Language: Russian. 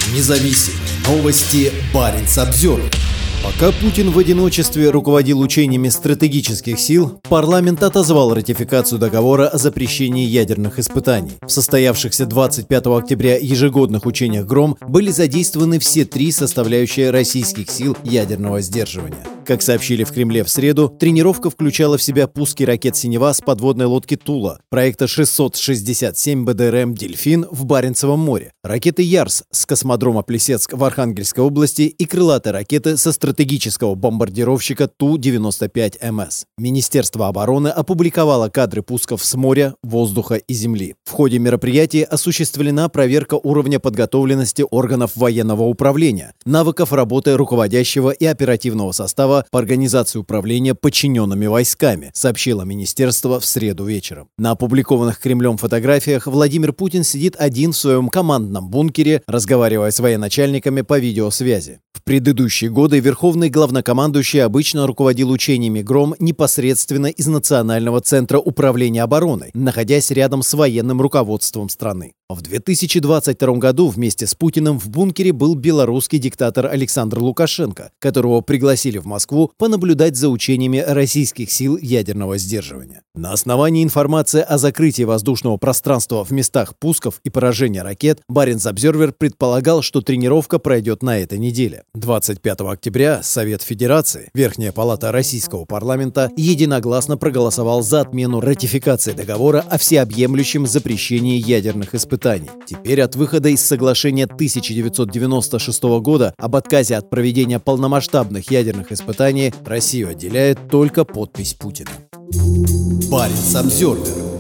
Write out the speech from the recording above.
Независимые новости. Баренц-Обзервер. Пока Путин в одиночестве руководил учениями стратегических сил, парламент отозвал ратификацию договора о запрещении ядерных испытаний. В состоявшихся 25 октября ежегодных учениях «Гром» были задействованы все три составляющие российских сил ядерного сдерживания. Как сообщили в Кремле в среду, тренировка включала в себя пуски ракет «Синева» с подводной лодки «Тула», проекта 667 БДРМ «Дельфин» в Баренцевом море, ракеты «Ярс» с космодрома Плесецк в Архангельской области и крылатой ракеты со стратегического бомбардировщика Ту-95МС. Министерство обороны опубликовало кадры пусков с моря, воздуха и земли. В ходе мероприятия осуществлена проверка уровня подготовленности органов военного управления, навыков работы руководящего и оперативного состава по организации управления подчиненными войсками, сообщило министерство в среду вечером. На опубликованных Кремлем фотографиях Владимир Путин сидит один в своем командном бункере, разговаривая с военачальниками по видеосвязи. В предыдущие годы верховный главнокомандующий обычно руководил учениями «Гром» непосредственно из Национального центра управления обороной, находясь рядом с военным руководством страны. В 2022 году вместе с Путиным в бункере был белорусский диктатор Александр Лукашенко, которого пригласили в Москву понаблюдать за учениями российских сил ядерного сдерживания. На основании информации о закрытии воздушного пространства в местах пусков и поражения ракет, Баренц-Обзервер предполагал, что тренировка пройдет на этой неделе. 25 октября Совет Федерации, Верхняя палата российского парламента, единогласно проголосовал за отмену ратификации договора о всеобъемлющем запрещении ядерных испытаний. Теперь от выхода из соглашения 1996 года об отказе от проведения полномасштабных ядерных испытаний Россию отделяет только подпись Путина. Баренц-Обзервер.